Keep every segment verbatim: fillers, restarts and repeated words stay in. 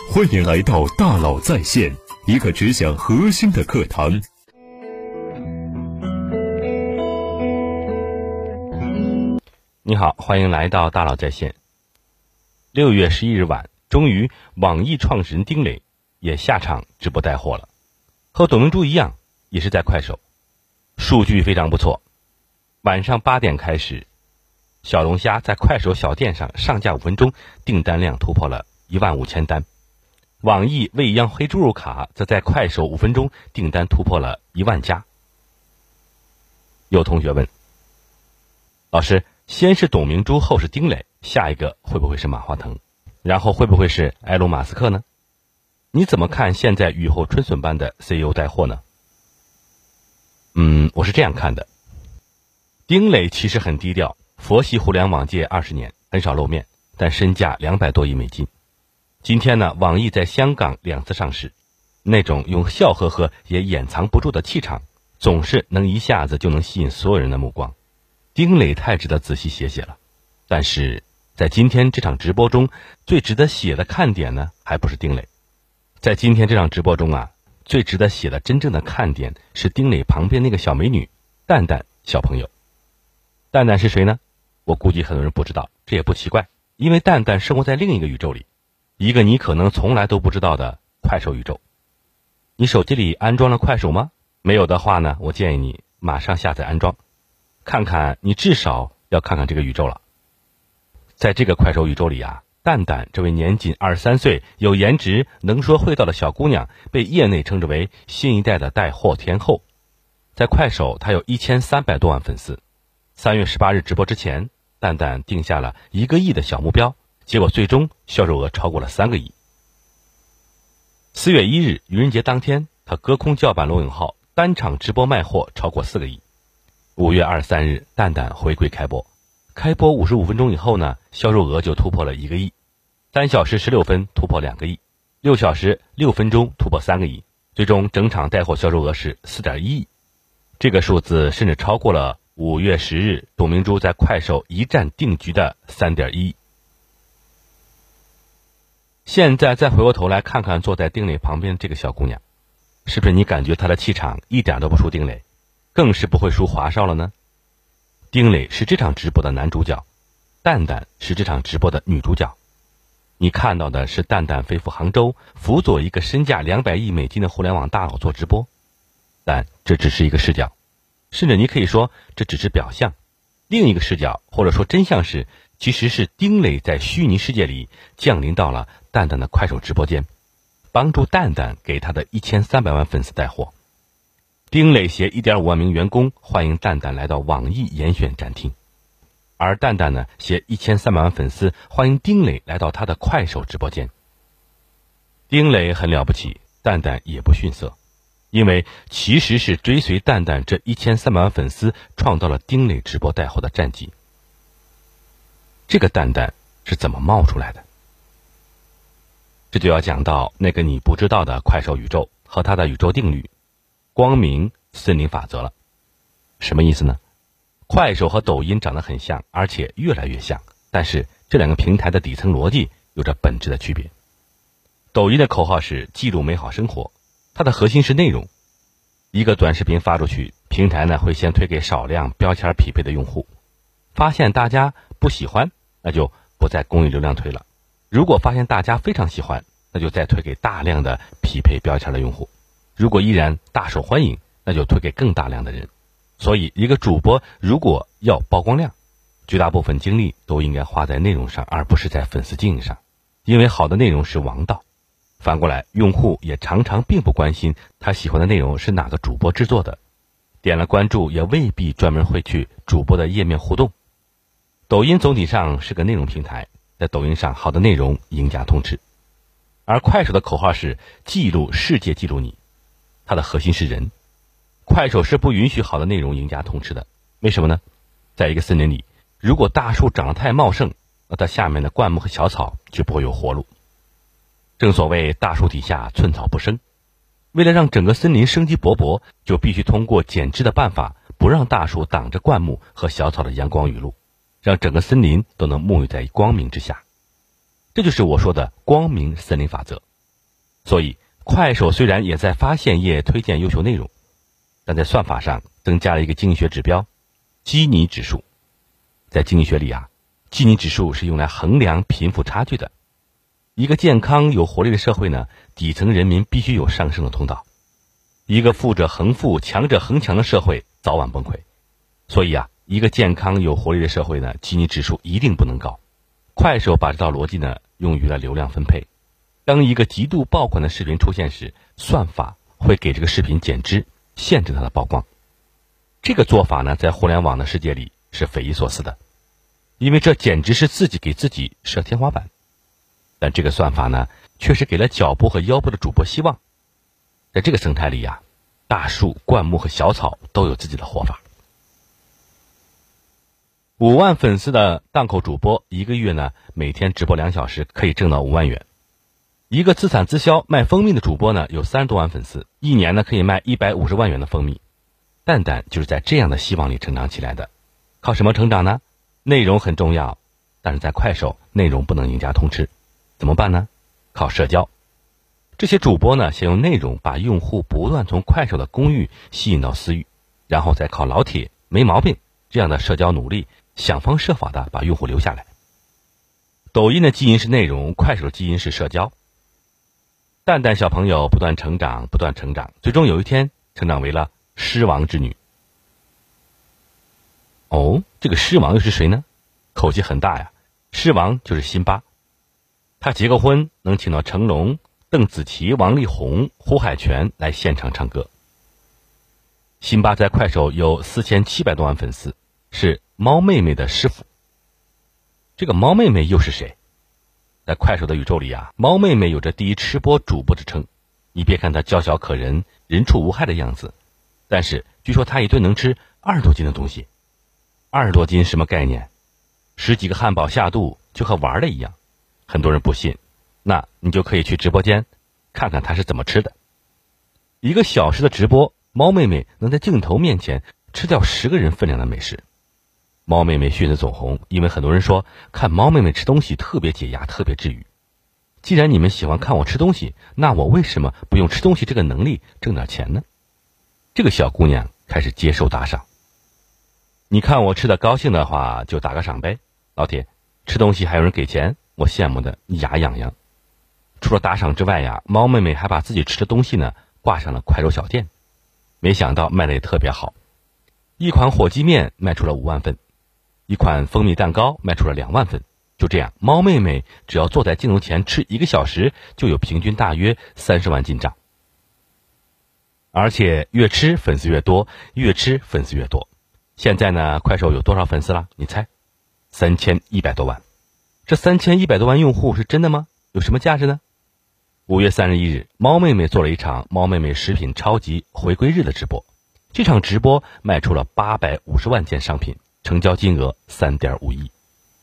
欢迎来到大佬在线，一个只讲核心的课堂。 你好，欢迎来到大佬在线。六月十一日晚，终于网易创始人丁磊也下场直播带货了，和董明珠一样，也是在快手，数据非常不错。晚上八点开始，小龙虾在快手小店上上架五分钟，订单量突破了一万五千单。网易未央黑猪肉卡则在快手五分钟订单突破了一万家。有同学问，老师，先是董明珠，后是丁磊，下一个会不会是马化腾？然后会不会是埃隆·马斯克呢？你怎么看现在雨后春笋般的 C E O 带货呢？嗯，我是这样看的。丁磊其实很低调，佛系互联网界二十年，很少露面，但身价两百多亿美金。今天呢，网易在香港两次上市，那种用笑呵呵也掩藏不住的气场，总是能一下子就能吸引所有人的目光。丁磊太值得仔细写写了。但是在今天这场直播中，最值得写的看点呢，还不是丁磊。在今天这场直播中啊，最值得写的真正的看点是丁磊旁边那个小美女蛋蛋小朋友。蛋蛋是谁呢？我估计很多人不知道，这也不奇怪，因为蛋蛋生活在另一个宇宙里，一个你可能从来都不知道的快手宇宙。你手机里安装了快手吗？没有的话呢，我建议你马上下载安装，看看你至少要看看这个宇宙了。在这个快手宇宙里啊，蛋蛋这位年仅二十三岁、有颜值、能说会道的小姑娘，被业内称之为新一代的带货天后。在快手，她有一千三百多万粉丝。三月十八日直播之前，蛋蛋定下了一个亿的小目标，结果最终销售额超过了三个亿。四月一日愚人节当天，他隔空叫板罗永浩，单场直播卖货超过四个亿。五月二十三日，蛋蛋回归开播，开播五十五分钟以后呢，销售额就突破了一个亿。三小时十六分突破两个亿，六小时六分钟突破三个亿，最终整场带货销售额是四点一亿。这个数字甚至超过了五月十日董明珠在快手一战定局的三点一亿。现在再回过头来看看坐在丁磊旁边这个小姑娘，是不是你感觉她的气场一点都不输丁磊，更是不会输华少了呢？丁磊是这场直播的男主角，蛋蛋是这场直播的女主角。你看到的是蛋蛋飞赴杭州，辅佐一个身价两百亿美金的互联网大佬做直播，但这只是一个视角，甚至你可以说这只是表象。另一个视角或者说真相是，其实是丁磊在虚拟世界里降临到了蛋蛋的快手直播间，帮助蛋蛋给他的一千三百万粉丝带货。丁磊携 一点五万名员工欢迎蛋蛋来到网易严选展厅，而蛋蛋呢携一千三百万粉丝欢迎丁磊来到他的快手直播间。丁磊很了不起，蛋蛋也不逊色，因为其实是追随蛋蛋这一千三百万粉丝创造了丁磊直播带货的战绩。这个蛋蛋是怎么冒出来的？这就要讲到那个你不知道的快手宇宙和它的宇宙定律光明森林法则了。什么意思呢？快手和抖音长得很像，而且越来越像，但是这两个平台的底层逻辑有着本质的区别。抖音的口号是记录美好生活，它的核心是内容。一个短视频发出去，平台呢会先推给少量标签匹配的用户，发现大家不喜欢，那就不再公益流量推了。如果发现大家非常喜欢，那就再推给大量的匹配标签的用户。如果依然大受欢迎，那就推给更大量的人。所以一个主播如果要曝光量，绝大部分精力都应该花在内容上，而不是在粉丝经营上，因为好的内容是王道。反过来，用户也常常并不关心他喜欢的内容是哪个主播制作的，点了关注也未必专门会去主播的页面互动。抖音总体上是个内容平台，在抖音上好的内容赢家通吃，而快手的口号是记录世界记录你，它的核心是人。快手是不允许好的内容赢家通吃的，为什么呢？在一个森林里，如果大树长得太茂盛，那它下面的灌木和小草就不会有活路。正所谓大树底下寸草不生，为了让整个森林生机勃勃，就必须通过剪枝的办法，不让大树挡着灌木和小草的阳光雨露，让整个森林都能沐浴在光明之下。这就是我说的光明森林法则。 所以快手虽然也在发现页推荐优秀内容，但在算法上增加了一个经济学指标基尼指数。在经济学里啊，基尼指数是用来衡量贫富差距的。一个健康有活力的社会呢，底层人民必须有上升的通道。一个富者恒富、强者恒强的社会早晚崩溃。所以啊，一个健康有活力的社会呢，基尼指数一定不能高。快手把这套逻辑呢用于了流量分配。当一个极度爆款的视频出现时，算法会给这个视频减脂，限制它的曝光。这个做法呢，在互联网的世界里是匪夷所思的，因为这简直是自己给自己设天花板。但这个算法呢，确实给了脚部和腰部的主播希望。在这个生态里呀、啊，大树、灌木和小草都有自己的活法。五万粉丝的档口主播，一个月呢每天直播两小时，可以挣到五万元。一个自产自销卖蜂蜜的主播呢，有三十多万粉丝，一年呢可以卖一百五十万元的蜂蜜。蛋蛋就是在这样的希望里成长起来的。靠什么成长呢？内容很重要，但是在快手内容不能赢家通吃，怎么办呢？靠社交。这些主播呢，先用内容把用户不断从快手的公域吸引到私域，然后再靠老铁、没毛病这样的社交努力，想方设法的把用户留下来。抖音的基因是内容，快手的基因是社交。蛋蛋小朋友不断成长，不断成长，最终有一天成长为了狮王之女。哦，这个狮王又是谁呢？口气很大呀。狮王就是辛巴，他结过婚，能请到成龙、邓紫棋、王力宏、胡海泉来现场唱歌。辛巴在快手有四千七百多万粉丝，是猫妹妹的师傅。这个猫妹妹又是谁？在快手的宇宙里啊，猫妹妹有着第一吃播主播之称。你别看她娇小可人、人畜无害的样子，但是据说她一顿能吃二十多斤的东西。二十多斤什么概念？十几个汉堡下肚就和玩的一样。很多人不信，那你就可以去直播间看看她是怎么吃的。一个小时的直播，猫妹妹能在镜头面前吃掉十个人分量的美食。猫妹妹迅速走红，因为很多人说看猫妹妹吃东西特别解压，特别治愈。既然你们喜欢看我吃东西，那我为什么不用吃东西这个能力挣点钱呢？这个小姑娘开始接受打赏。你看我吃的高兴的话，就打个赏呗。老铁，吃东西还有人给钱，我羡慕的牙痒痒。除了打赏之外呀，猫妹妹还把自己吃的东西呢挂上了快手小店，没想到卖的也特别好。一款火鸡面卖出了五万份，一款蜂蜜蛋糕卖出了两万份。就这样，猫妹妹只要坐在镜头前吃一个小时，就有平均大约三十万进账。而且越吃粉丝越多，越吃粉丝越多。现在呢，快手有多少粉丝了？你猜？三千一百多万。这三千一百多万用户是真的吗？有什么价值呢？五月三十一日，猫妹妹做了一场猫妹妹食品超级回归日的直播。这场直播卖出了八百五十万件商品，成交金额三点五亿。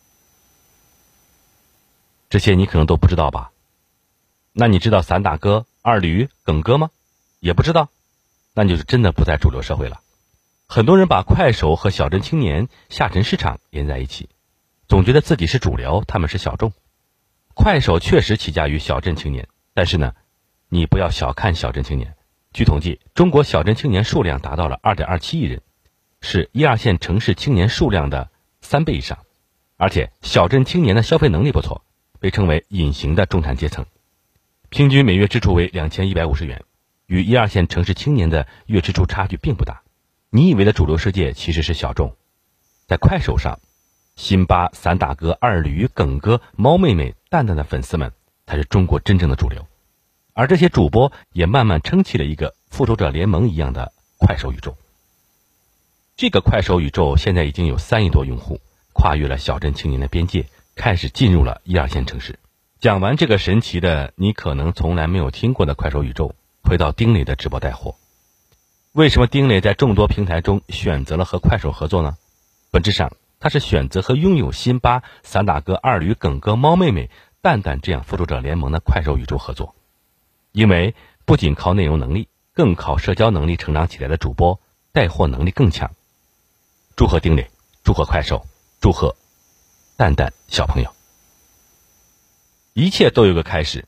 这些你可能都不知道吧？那你知道散打哥、二驴、耿哥吗？也不知道，那你就是真的不在主流社会了。很多人把快手和小镇青年、下沉市场连在一起，总觉得自己是主流，他们是小众。快手确实起家于小镇青年，但是呢，你不要小看小镇青年。据统计，中国小镇青年数量达到了 二点二七亿人，是一二线城市青年数量的三倍以上。而且小镇青年的消费能力不错，被称为隐形的中产阶层，平均每月支出为两千一百五十元，与一二线城市青年的月支出差距并不大。你以为的主流世界其实是小众。在快手上，辛巴、散打哥、二驴、耿哥、猫妹妹、蛋蛋的粉丝们才是中国真正的主流。而这些主播也慢慢撑起了一个复仇者联盟一样的快手宇宙。这个快手宇宙现在已经有三亿多用户，跨越了小镇青年的边界，开始进入了一二线城市。讲完这个神奇的你可能从来没有听过的快手宇宙，回到丁磊的直播带货。为什么丁磊在众多平台中选择了和快手合作呢？本质上他是选择和拥有辛巴、散打哥、二驴、耿哥、猫妹妹、蛋蛋这样复仇者联盟的快手宇宙合作。因为不仅靠内容能力，更靠社交能力成长起来的主播带货能力更强。祝贺丁磊，祝贺快手，祝贺蛋蛋小朋友。一切都有个开始，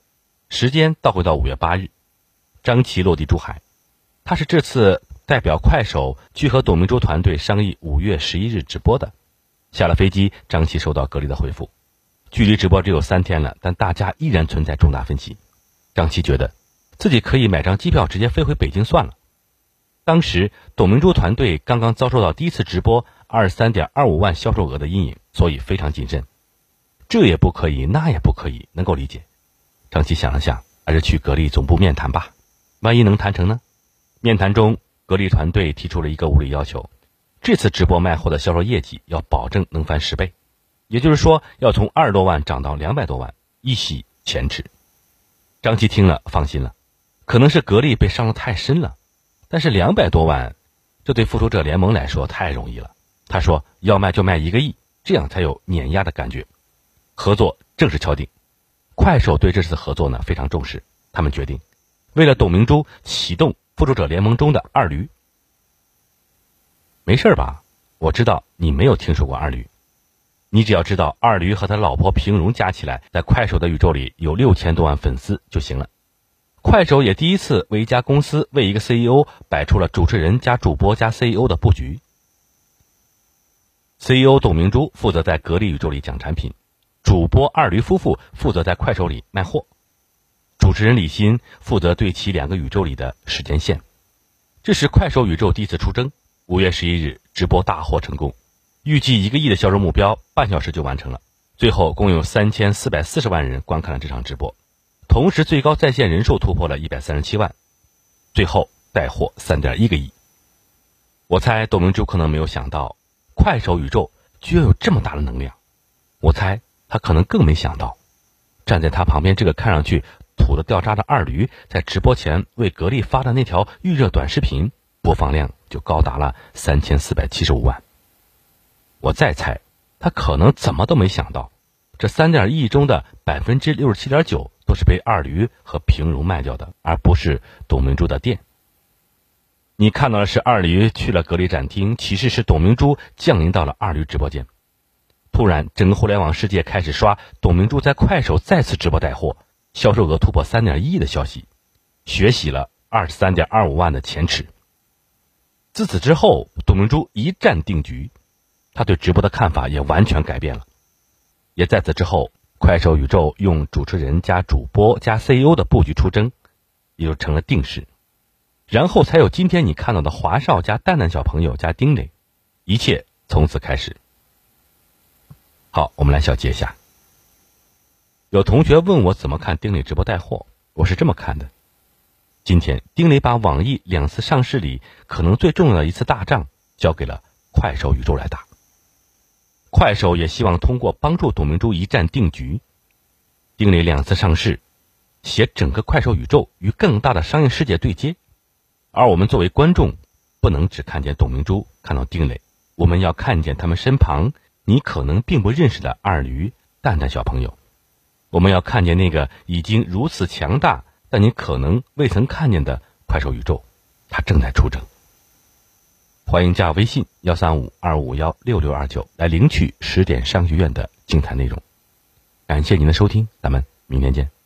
时间倒回到五月八日，张琪落地珠海，他是这次代表快手去和董明珠团队商议五月十一日直播的。下了飞机，张琪收到格力的回复，距离直播只有三天了，但大家依然存在重大分歧。张琪觉得自己可以买张机票直接飞回北京算了。当时董明珠团队刚刚遭受到第一次直播二十三点二五万销售额的阴影，所以非常谨慎。这也不可以，那也不可以，能够理解。张琪想了想，还是去格力总部面谈吧，万一能谈成呢？面谈中，格力团队提出了一个无理要求，这次直播卖货的销售业绩要保证能翻十倍，也就是说要从二十多万涨到两百多万，一洗前耻。张琪听了放心了，可能是格力被伤得太深了，但是两百多万，这对复仇者联盟来说太容易了。他说要卖就卖一个亿，这样才有碾压的感觉。合作正式敲定，快手对这次合作呢非常重视，他们决定为了董明珠启动复仇者联盟中的二驴。没事吧？我知道你没有听说过二驴，你只要知道二驴和他老婆平荣加起来在快手的宇宙里有六千多万粉丝就行了。快手也第一次为一家公司为一个 C E O 摆出了主持人加主播加 C E O 的布局。C E O 董明珠负责在格力宇宙里讲产品，主播二驴夫妇负责在快手里卖货，主持人李欣负责对齐两个宇宙里的时间线。这是快手宇宙第一次出征。五月十一日直播大获成功，预计一个亿的销售目标半小时就完成了，最后共有三千四百四十万人观看了这场直播，同时最高在线人数突破了一百三十七万，最后带货 三点一个亿。我猜董明珠可能没有想到快手宇宙居然有这么大的能量，我猜他可能更没想到站在他旁边这个看上去土得掉渣的二驴，在直播前为格力发的那条预热短视频播放量就高达了三千四百七十五万。我再猜他可能怎么都没想到，这 三点一亿中的 百分之六十七点九 都是被二驴和平荣卖掉的，而不是董明珠的店。你看到的是二驴去了格力展厅，其实是董明珠降临到了二驴直播间。突然整个互联网世界开始刷董明珠在快手再次直播带货，销售额突破 三点一亿的消息，血洗了 二十三点二五万的前耻。自此之后，董明珠一战定局，他对直播的看法也完全改变了。也在此之后，快手宇宙用主持人加主播加 C E O 的布局出征，也就成了定式。然后才有今天你看到的华少加蛋蛋小朋友加丁磊，一切从此开始。好，我们来小结一下。有同学问我怎么看丁磊直播带货，我是这么看的。今天丁磊把网易两次上市里可能最重要的一次大仗交给了快手宇宙来打。快手也希望通过帮助董明珠一战定局，丁磊两次上市携整个快手宇宙与更大的商业世界对接。而我们作为观众，不能只看见董明珠，看到丁磊，我们要看见他们身旁你可能并不认识的二驴蛋蛋小朋友，我们要看见那个已经如此强大但你可能未曾看见的快手宇宙，它正在出征。欢迎加微信一三五二五一六六二九来领取十点商学院的精彩内容。感谢您的收听，咱们明天见。